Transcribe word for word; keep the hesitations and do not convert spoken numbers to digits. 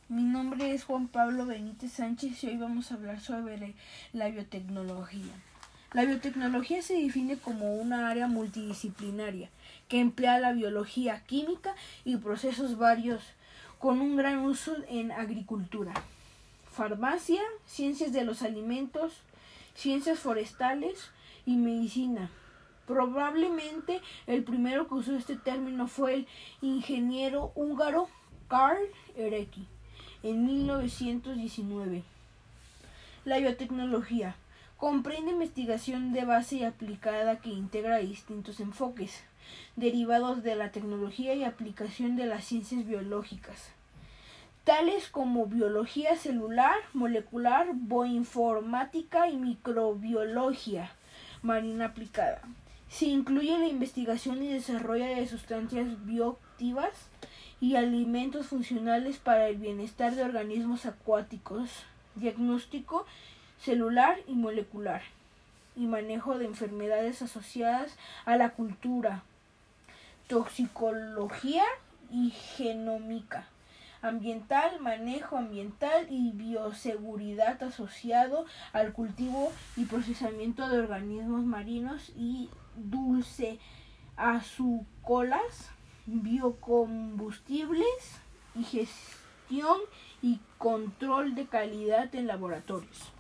Mi nombre es Juan Pablo Benítez Sánchez y hoy vamos a hablar sobre la biotecnología. La biotecnología se define como una área multidisciplinaria que emplea la biología, química y procesos varios con un gran uso en agricultura, farmacia, ciencias de los alimentos, ciencias forestales y medicina. Probablemente el primero que usó este término fue el ingeniero húngaro Karl Erecki en mil novecientos diecinueve. La biotecnología comprende investigación de base y aplicada que integra distintos enfoques derivados de la tecnología y aplicación de las ciencias biológicas, tales como biología celular, molecular, bioinformática y microbiología marina aplicada. Se incluye la investigación y desarrollo de sustancias bioactivas y alimentos funcionales para el bienestar de organismos acuáticos, diagnóstico celular y molecular, y manejo de enfermedades asociadas a la cultura, toxicología y genómica ambiental, manejo ambiental y bioseguridad asociado al cultivo y procesamiento de organismos marinos y dulceazucolas, biocombustibles y gestión y control de calidad en laboratorios.